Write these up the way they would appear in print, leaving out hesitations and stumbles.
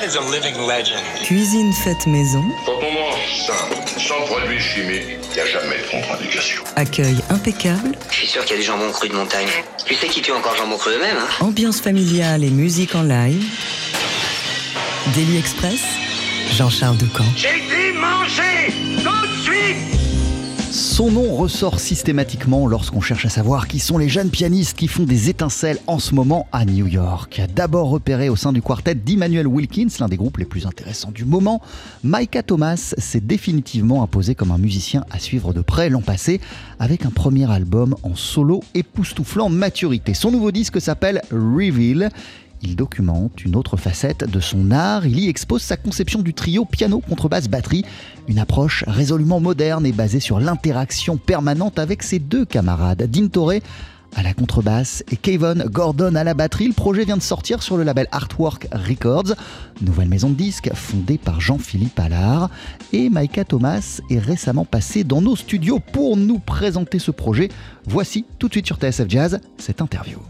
guy's a living legend. Cuisine faite maison. Quand on mange simple, sans produits chimiques, il n'y a jamais de contre-indication. Accueil impeccable. Je suis sûr qu'il y a du jambon cru de montagne. Tu sais qui tue encore jambon cru eux-mêmes, hein? Ambiance familiale et musique en live. Daily Express. Jean-Charles Doucan. J'ai dit manger tout de suite. Son nom ressort systématiquement lorsqu'on cherche à savoir qui sont les jeunes pianistes qui font des étincelles en ce moment à New York. D'abord repéré au sein du quartet d'Immanuel Wilkins, l'un des groupes les plus intéressants du moment, Micah Thomas s'est définitivement imposé comme un musicien à suivre de près l'an passé avec un premier album en solo époustouflant maturité. Son nouveau disque s'appelle Reveal. Il documente une autre facette de son art. Il y expose sa conception du trio piano, contrebasse, batterie. Une approche résolument moderne et basée sur l'interaction permanente avec ses deux camarades, Dean Torrey à la contrebasse et Kevin Gordon à la batterie. Le projet vient de sortir sur le label Artwork Records, nouvelle maison de disques fondée par Jean-Philippe Allard. Et Micah Thomas est récemment passé dans nos studios pour nous présenter ce projet. Voici tout de suite sur TSF Jazz cette interview.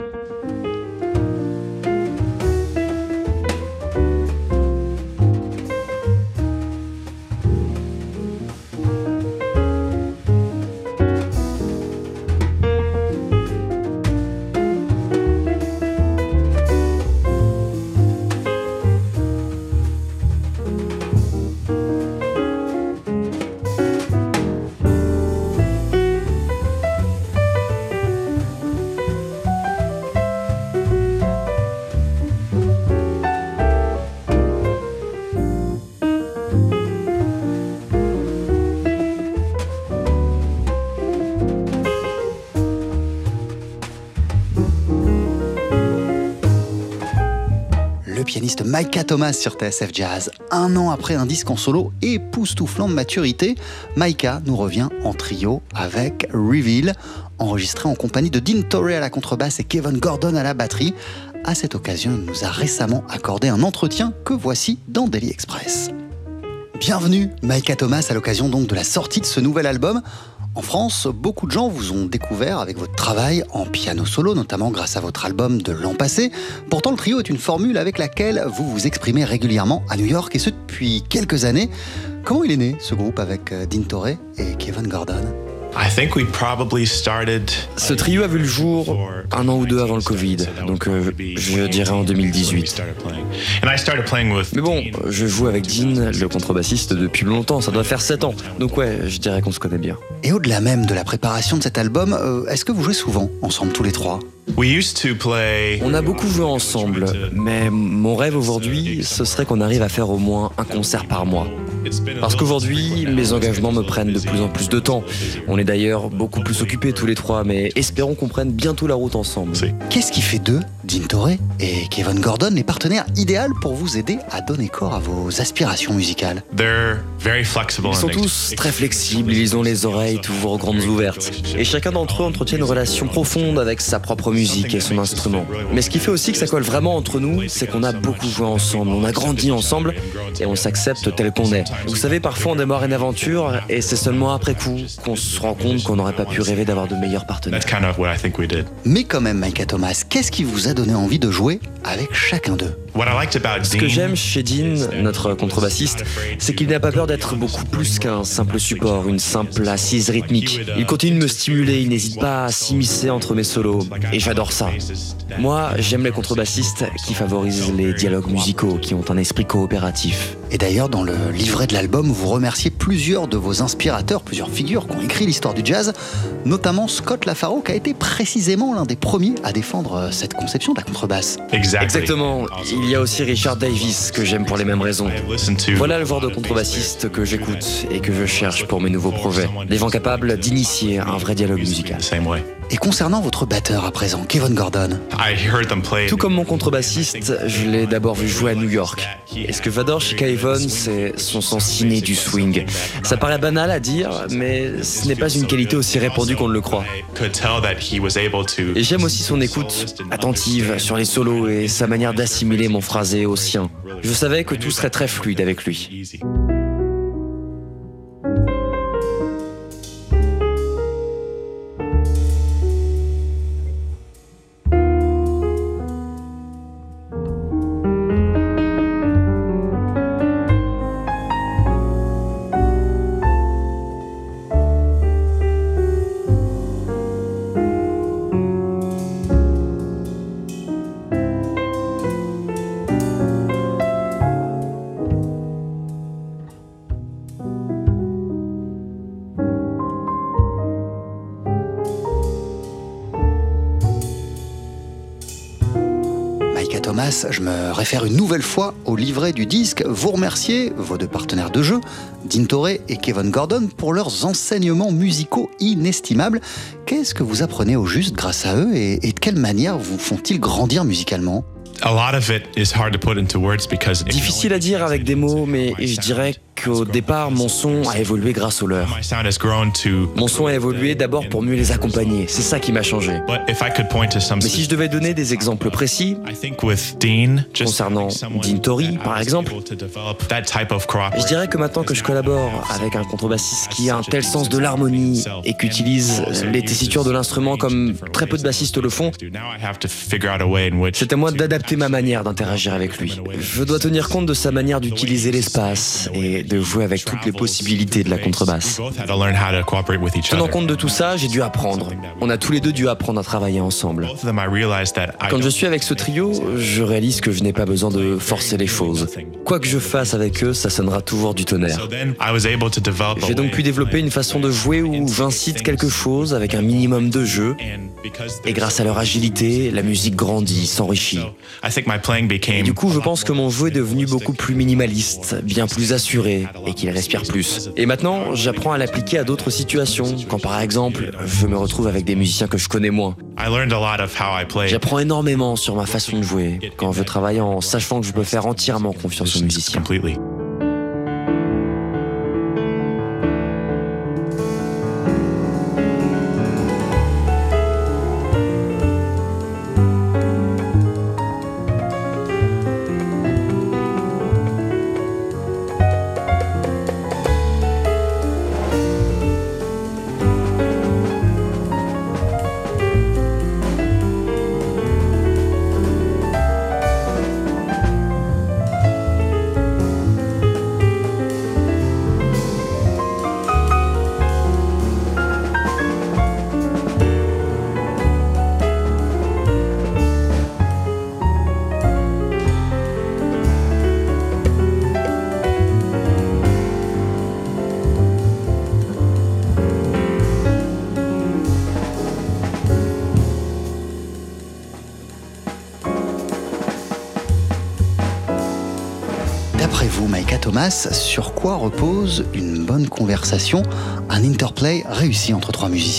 Le pianiste Micah Thomas sur TSF Jazz. Un an après un disque en solo époustouflant de maturité, Micah nous revient en trio avec Reveal, enregistré en compagnie de Dean Torrey à la contrebasse et Kevin Gordon à la batterie. À cette occasion, il nous a récemment accordé un entretien que voici dans Daily Express. Bienvenue Micah Thomas à l'occasion donc de la sortie de ce nouvel album. En France, beaucoup de gens vous ont découvert avec votre travail en piano solo, notamment grâce à votre album de l'an passé. Pourtant, le trio est une formule avec laquelle vous vous exprimez régulièrement à New York, et ce depuis quelques années. Comment il est né, ce groupe, avec Dean Torrey et Kevin Gordon ? Ce trio a vu le jour un an ou deux avant le Covid, donc je dirais en 2018. Mais bon, je joue avec Dean, le contrebassiste, depuis longtemps, ça doit faire 7 ans. Donc ouais, je dirais qu'on se connaît bien. Et au-delà même de la préparation de cet album, est-ce que vous jouez souvent ensemble tous les trois ? On a beaucoup joué ensemble, mais mon rêve aujourd'hui, ce serait qu'on arrive à faire au moins un concert par mois. Parce qu'aujourd'hui, mes engagements me prennent de plus en plus de temps. On est d'ailleurs beaucoup plus occupés tous les trois, mais espérons qu'on prenne bientôt la route ensemble. Qu'est-ce qui fait d'eux, Dean Torrey et Kevin Gordon, les partenaires idéaux pour vous aider à donner corps à vos aspirations musicales ? Ils sont tous très flexibles, ils ont les oreilles toujours grandes ouvertes. Et chacun d'entre eux entretient une relation profonde avec sa propre musique et son instrument. Mais ce qui fait aussi que ça colle vraiment entre nous, c'est qu'on a beaucoup joué ensemble, on a grandi ensemble et on s'accepte tel qu'on est. Vous savez, parfois on démarre une aventure et c'est seulement après coup qu'on se rend compte qu'on n'aurait pas pu rêver d'avoir de meilleurs partenaires. Mais quand même, Micah Thomas, qu'est-ce qui vous a donné envie de jouer avec chacun d'eux ? Ce que j'aime chez Dean, notre contrebassiste, c'est qu'il n'a pas peur d'être beaucoup plus qu'un simple support, une simple assise rythmique. Il continue de me stimuler, il n'hésite pas à s'immiscer entre mes solos, et j'adore ça. Moi, j'aime les contrebassistes qui favorisent les dialogues musicaux, qui ont un esprit coopératif. Et d'ailleurs, dans le livret de l'album, vous remerciez plusieurs de vos inspirateurs, plusieurs figures qui ont écrit l'histoire du jazz, notamment Scott LaFaro, qui a été précisément l'un des premiers à défendre cette conception de la contrebasse. Exactement. Il y a aussi Richard Davis, que j'aime pour les mêmes raisons. Voilà le genre de contrebassiste que j'écoute et que je cherche pour mes nouveaux projets. Des gens capables d'initier un vrai dialogue musical. Et concernant votre batteur à présent, Kevin Gordon, tout comme mon contrebassiste, je l'ai d'abord vu jouer à New York. Et ce que j'adore chez Kevin, c'est son sens inné du swing. Ça paraît banal à dire, mais ce n'est pas une qualité aussi répandue qu'on ne le croit. Et j'aime aussi son écoute attentive sur les solos et sa manière d'assimiler mon phrasé au sien. Je savais que tout serait très fluide avec lui. Thomas, je me réfère une nouvelle fois au livret du disque. Vous remerciez vos deux partenaires de jeu, Dean Torrey et Kevin Gordon, pour leurs enseignements musicaux inestimables. Qu'est-ce que vous apprenez au juste grâce à eux et de quelle manière vous font-ils grandir musicalement ? Difficile à dire avec des mots, mais je dirais qu'au départ, mon son a évolué grâce aux leurs. Mon son a évolué d'abord pour mieux les accompagner, c'est ça qui m'a changé. Mais si je devais donner des exemples précis, concernant Dean Torrey par exemple, je dirais que maintenant que je collabore avec un contrebassiste qui a un tel sens de l'harmonie et qu'utilise les tessitures de l'instrument comme très peu de bassistes le font, c'est à moi d'adapter ma manière d'interagir avec lui. Je dois tenir compte de sa manière d'utiliser l'espace et de jouer avec toutes les possibilités de la contrebasse. Tenant compte de tout ça, j'ai dû apprendre. On a tous les deux dû apprendre à travailler ensemble. Quand je suis avec ce trio, je réalise que je n'ai pas besoin de forcer les choses. Quoi que je fasse avec eux, ça sonnera toujours du tonnerre. J'ai donc pu développer une façon de jouer où j'incite quelque chose avec un minimum de jeu. Et grâce à leur agilité, la musique grandit, s'enrichit. Et du coup, je pense que mon jeu est devenu beaucoup plus minimaliste, bien plus assuré, et qu'il respire plus. Et maintenant, j'apprends à l'appliquer à d'autres situations, quand par exemple, je me retrouve avec des musiciens que je connais moins. J'apprends énormément sur ma façon de jouer, quand je travaille en sachant que je peux faire entièrement confiance aux musiciens. D'après vous, Maïka Thomas, sur quoi repose une bonne conversation, un interplay réussi entre trois musiciens ?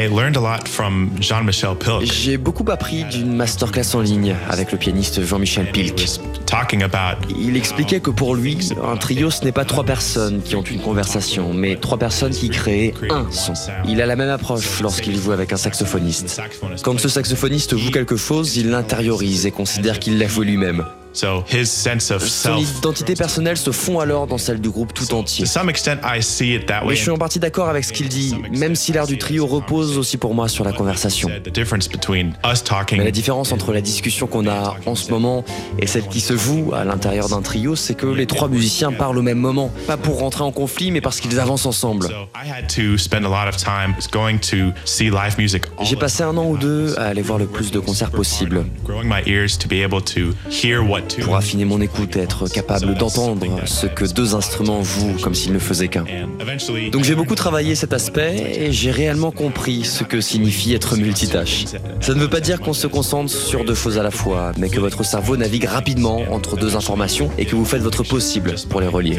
J'ai beaucoup appris d'une masterclass en ligne avec le pianiste Jean-Michel Pilk. Il expliquait que pour lui, un trio, ce n'est pas trois personnes qui ont une conversation, mais trois personnes qui créent un son. Il a la même approche lorsqu'il joue avec un saxophoniste. Quand ce saxophoniste joue quelque chose, il l'intériorise et considère qu'il l'a joué lui-même. Son identité personnelle se fond alors dans celle du groupe tout entier. Mais je suis en partie d'accord avec ce qu'il dit, même si l'art du trio repose aussi pour moi sur la conversation. Mais la différence entre la discussion qu'on a en ce moment et celle qui se joue à l'intérieur d'un trio, c'est que les trois musiciens parlent au même moment. Pas pour rentrer en conflit, mais parce qu'ils avancent ensemble. J'ai passé 1 an ou 2 à aller voir le plus de concerts possible, pour affiner mon écoute et être capable d'entendre ce que 2 instruments jouent comme s'ils ne faisaient qu'un. Donc j'ai beaucoup travaillé cet aspect et j'ai réellement compris ce que signifie être multitâche. Ça ne veut pas dire qu'on se concentre sur 2 choses à la fois, mais que votre cerveau navigue rapidement entre 2 informations et que vous faites votre possible pour les relier.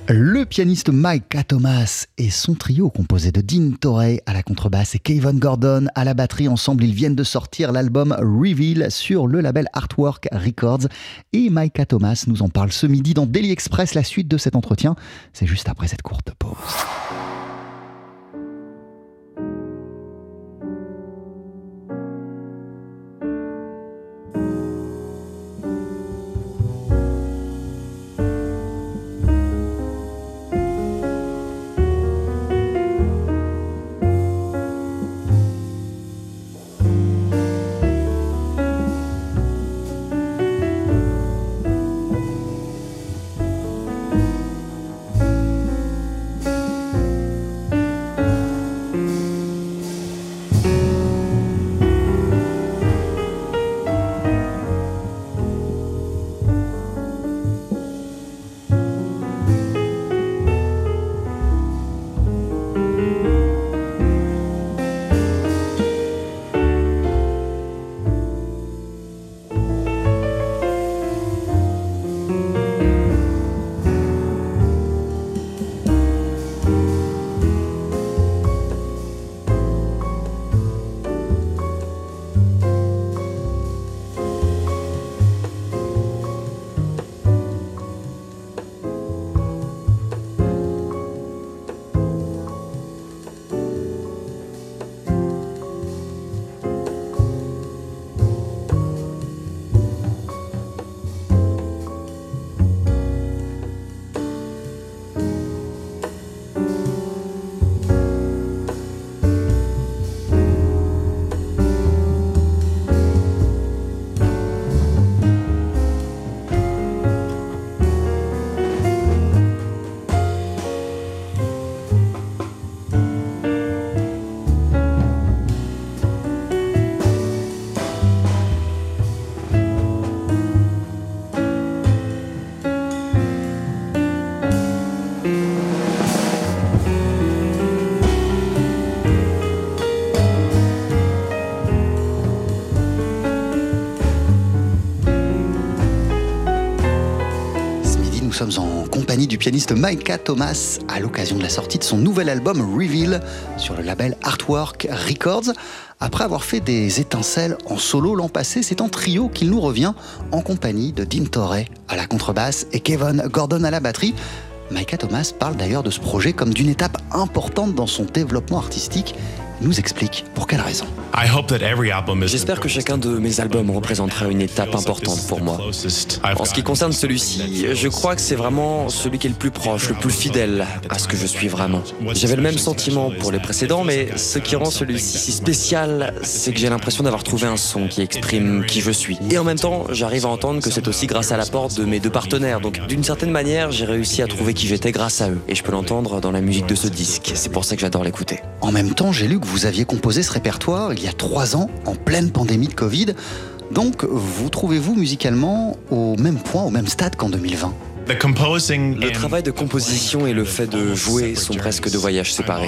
Le pianiste Micah Thomas et son trio composé de Dean Torrey à la contrebasse et Kevin Gordon à la batterie. Ensemble, ils viennent de sortir l'album Reveal sur le label Artwork Records. Et Micah Thomas nous en parle ce midi dans Daily Express. La suite de cet entretien, c'est juste après cette courte pause. Nous sommes en compagnie du pianiste Micah Thomas à l'occasion de la sortie de son nouvel album Reveal sur le label Artwork Records. Après avoir fait des étincelles en solo l'an passé, c'est en trio qu'il nous revient en compagnie de Dean Torrey à la contrebasse et Kevin Gordon à la batterie. Micah Thomas parle d'ailleurs de ce projet comme d'une étape importante dans son développement artistique. Il nous explique pour quelle raison. J'espère que chacun de mes albums représentera une étape importante pour moi. En ce qui concerne celui-ci, je crois que c'est vraiment celui qui est le plus proche, le plus fidèle à ce que je suis vraiment. J'avais le même sentiment pour les précédents, mais ce qui rend celui-ci si spécial, c'est que j'ai l'impression d'avoir trouvé un son qui exprime qui je suis. Et en même temps, j'arrive à entendre que c'est aussi grâce à l'apport de mes deux partenaires. Donc d'une certaine manière, j'ai réussi à trouver qui j'étais grâce à eux. Et je peux l'entendre dans la musique de ce disque. C'est pour ça que j'adore l'écouter. En même temps, j'ai lu que vous aviez composé ce répertoire il y a 3 ans, en pleine pandémie de Covid. Donc, vous trouvez-vous musicalement au même point, au même stade qu'en 2020 ? Le travail de composition et le fait de jouer sont presque deux voyages séparés.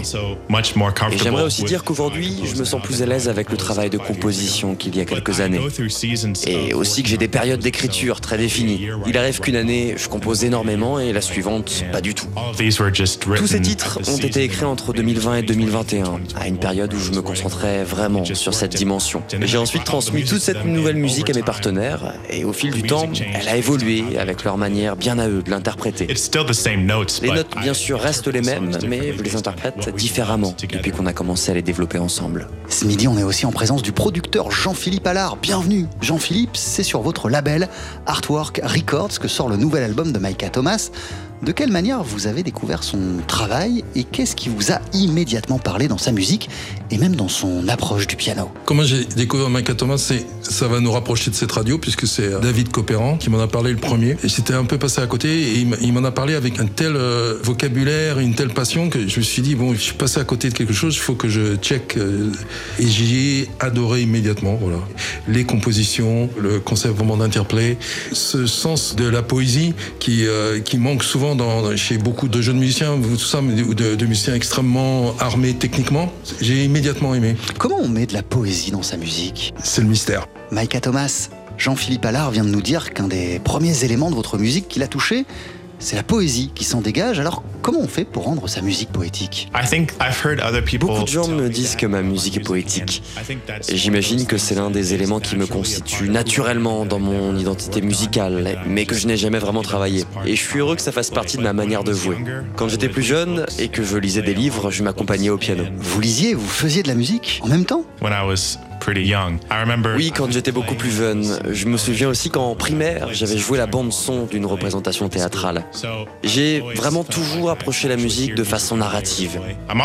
Et j'aimerais aussi dire qu'aujourd'hui, je me sens plus à l'aise avec le travail de composition qu'il y a quelques années. Et aussi que j'ai des périodes d'écriture très définies. Il arrive qu'une année, je compose énormément et la suivante, pas du tout. Tous ces titres ont été écrits entre 2020 et 2021, à une période où je me concentrais vraiment sur cette dimension. J'ai ensuite transmis toute cette nouvelle musique à mes partenaires et au fil du temps, elle a évolué avec leur manière bien à eux de l'interpréter. Les notes, bien sûr, restent les mêmes, mais je les interprète différemment depuis qu'on a commencé à les développer ensemble. Ce midi, on est aussi en présence du producteur Jean-Philippe Allard. Bienvenue Jean-Philippe, c'est sur votre label Artwork Records que sort le nouvel album de Micah Thomas. De quelle manière vous avez découvert son travail et qu'est-ce qui vous a immédiatement parlé dans sa musique et même dans son approche du piano? Comment j'ai découvert Micah Thomas, ça va nous rapprocher de cette radio puisque c'est David Copéran qui m'en a parlé le premier. Et j'étais un peu passé à côté et il m'en a parlé avec un tel vocabulaire, une telle passion que je me suis dit, bon, je suis passé à côté de quelque chose, il faut que je check. Et j'y ai adoré immédiatement, voilà. Les compositions, le concept vraiment d'interplay, ce sens de la poésie qui manque souvent chez beaucoup de jeunes musiciens, tout ça, ou de musiciens extrêmement armés techniquement. J'ai immédiatement aimé. Comment on met de la poésie dans sa musique? C'est le mystère. Micah Thomas, Jean-Philippe Allard vient de nous dire qu'un des premiers éléments de votre musique qui l'a touché, c'est la poésie qui s'en dégage. Alors comment on fait pour rendre sa musique poétique ? Beaucoup de gens me disent que ma musique est poétique. Et j'imagine que c'est l'un des éléments qui me constitue naturellement dans mon identité musicale, mais que je n'ai jamais vraiment travaillé. Et je suis heureux que ça fasse partie de ma manière de jouer. Quand j'étais plus jeune et que je lisais des livres, je m'accompagnais au piano. Vous lisiez, vous faisiez de la musique en même temps ? Oui, quand j'étais beaucoup plus jeune. Je me souviens aussi qu'en primaire, j'avais joué la bande-son d'une représentation théâtrale. J'ai vraiment toujours approché la musique de façon narrative.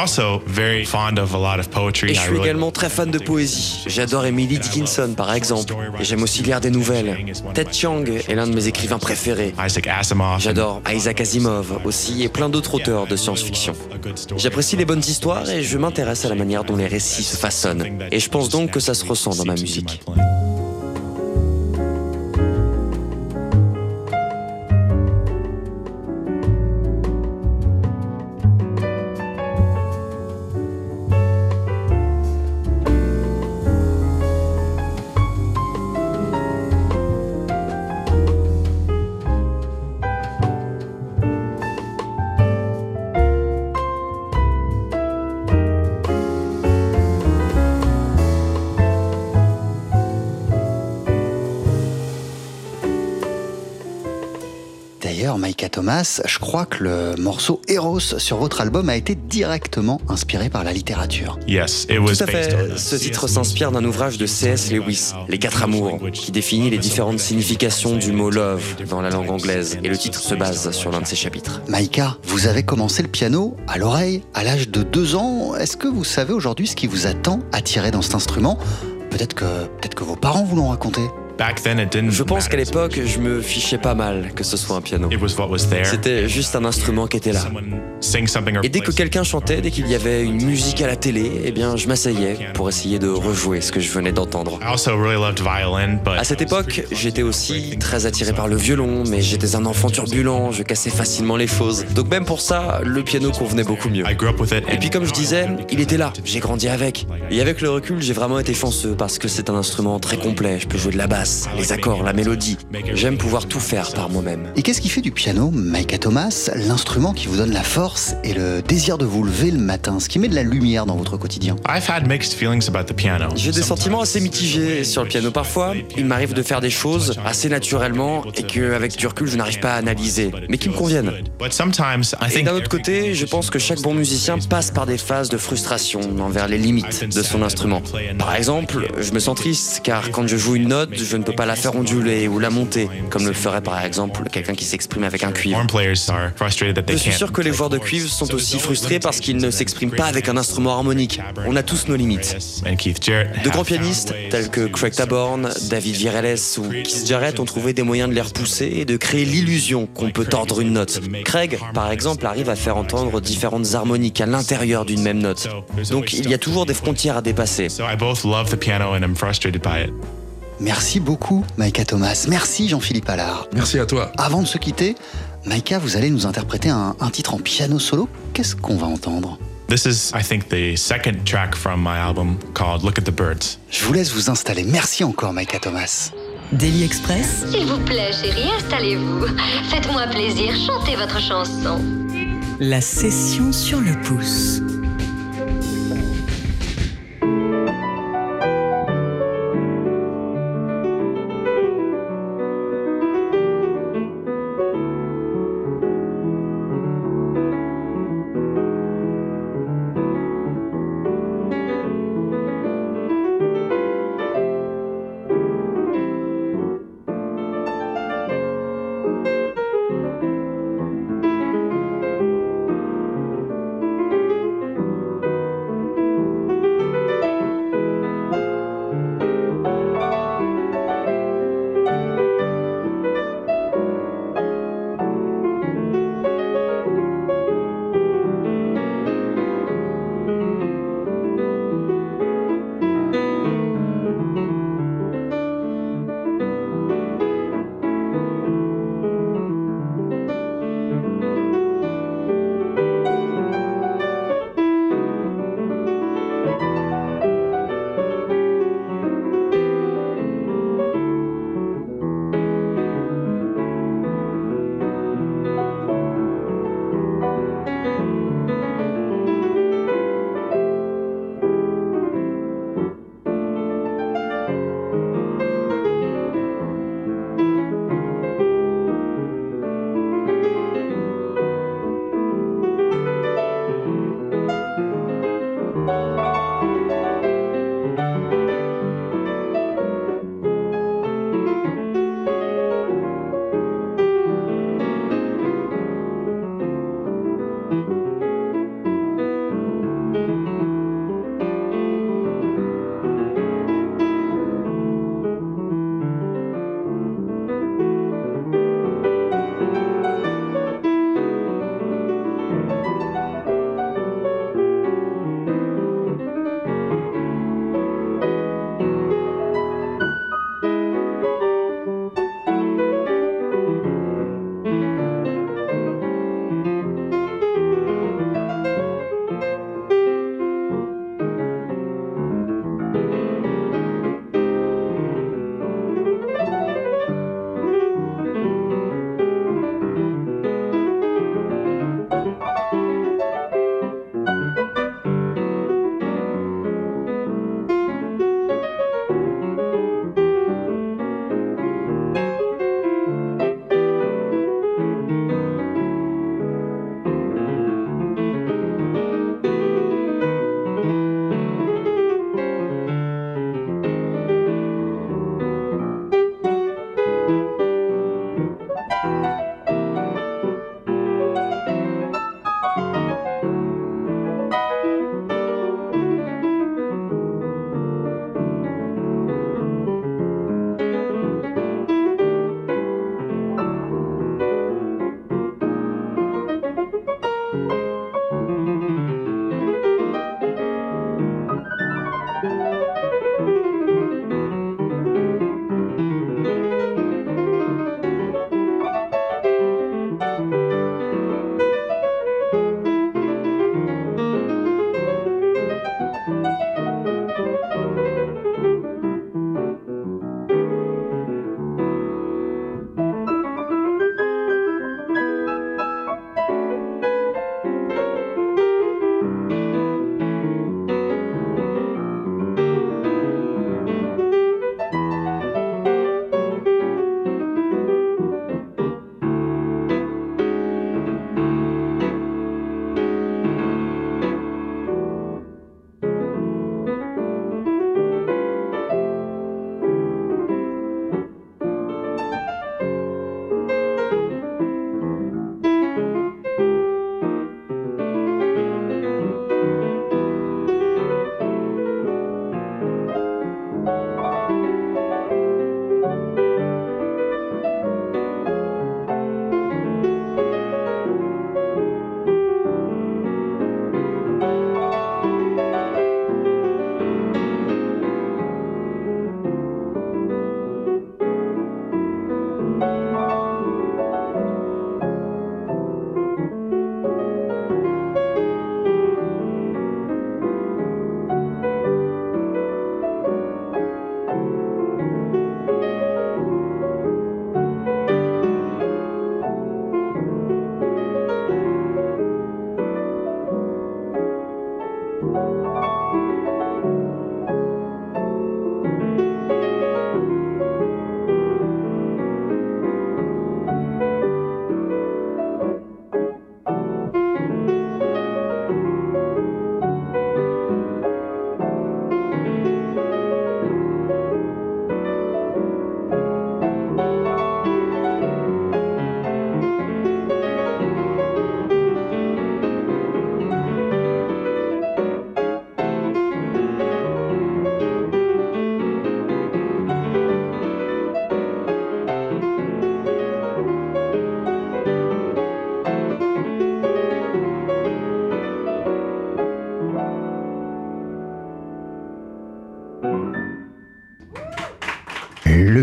Et je suis également très fan de poésie. J'adore Emily Dickinson, par exemple. Et j'aime aussi lire des nouvelles. Ted Chiang est l'un de mes écrivains préférés. J'adore Isaac Asimov aussi et plein d'autres auteurs de science-fiction. J'apprécie les bonnes histoires et je m'intéresse à la manière dont les récits se façonnent. Et je pense donc que ça se ressent dans ma musique. D'ailleurs, Maïka Thomas, je crois que le morceau Eros sur votre album a été directement inspiré par la littérature. Tout à fait. Ce titre s'inspire d'un ouvrage de C.S. Lewis, Les Quatre Amours, qui définit les différentes significations du mot love dans la langue anglaise. Et le titre se base sur l'un de ces chapitres. Maïka, vous avez commencé le piano à l'oreille à l'âge de 2 ans. Est-ce que vous savez aujourd'hui ce qui vous a tant attiré dans cet instrument ? Peut-être que vos parents vous l'ont raconté. Je pense qu'à l'époque, je me fichais pas mal que ce soit un piano. C'était juste un instrument qui était là. Et dès que quelqu'un chantait, dès qu'il y avait une musique à la télé, eh bien, je m'asseyais pour essayer de rejouer ce que je venais d'entendre. À cette époque, j'étais aussi très attiré par le violon, mais j'étais un enfant turbulent, je cassais facilement les choses. Donc même pour ça, le piano convenait beaucoup mieux. Et puis comme je disais, il était là, j'ai grandi avec. Et avec le recul, j'ai vraiment été chanceux parce que c'est un instrument très complet. Je peux jouer de la basse, les accords, la mélodie. J'aime pouvoir tout faire par moi-même. Et qu'est-ce qui fait du piano, Maïka Thomas, l'instrument qui vous donne la force et le désir de vous lever le matin, ce qui met de la lumière dans votre quotidien ? J'ai des sentiments assez mitigés sur le piano. Parfois, il m'arrive de faire des choses assez naturellement et qu'avec du recul, je n'arrive pas à analyser, mais qui me conviennent. Et d'un autre côté, je pense que chaque bon musicien passe par des phases de frustration envers les limites de son instrument. Par exemple, je me sens triste car quand je joue une note, je ne peux pas la faire onduler ou la monter, comme le ferait par exemple quelqu'un qui s'exprime avec un cuivre. Je suis sûr que les joueurs de cuivre sont aussi frustrés parce qu'ils ne s'expriment pas avec un instrument harmonique. On a tous nos limites. De grands pianistes tels que Craig Taborn, David Virelles ou Keith Jarrett ont trouvé des moyens de les repousser et de créer l'illusion qu'on peut tordre une note. Craig, par exemple, arrive à faire entendre différentes harmoniques à l'intérieur d'une même note. Donc il y a toujours des frontières à dépasser. Merci beaucoup, Maïka Thomas. Merci, Jean-Philippe Allard. Merci à toi. Avant de se quitter, Maïka, vous allez nous interpréter un titre en piano solo. Qu'est-ce qu'on va entendre ? This is, I think, the second track from my album called Look at the Birds. Je vous laisse vous installer. Merci encore, Maïka Thomas. Daily Express. S'il vous plaît, chérie, installez-vous. Faites-moi plaisir, chantez votre chanson. La session sur le pouce.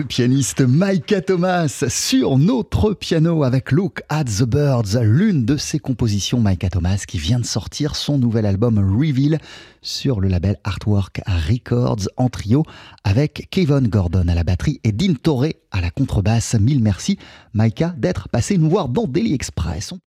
pianiste Micah Thomas sur notre piano avec Look at the Birds, l'une de ses compositions. Micah Thomas qui vient de sortir son nouvel album Reveal sur le label Artwork Records en trio avec Kevin Gordon à la batterie et Dean Torrey à la contrebasse. Mille merci Micah d'être passé nous voir dans Daily Express.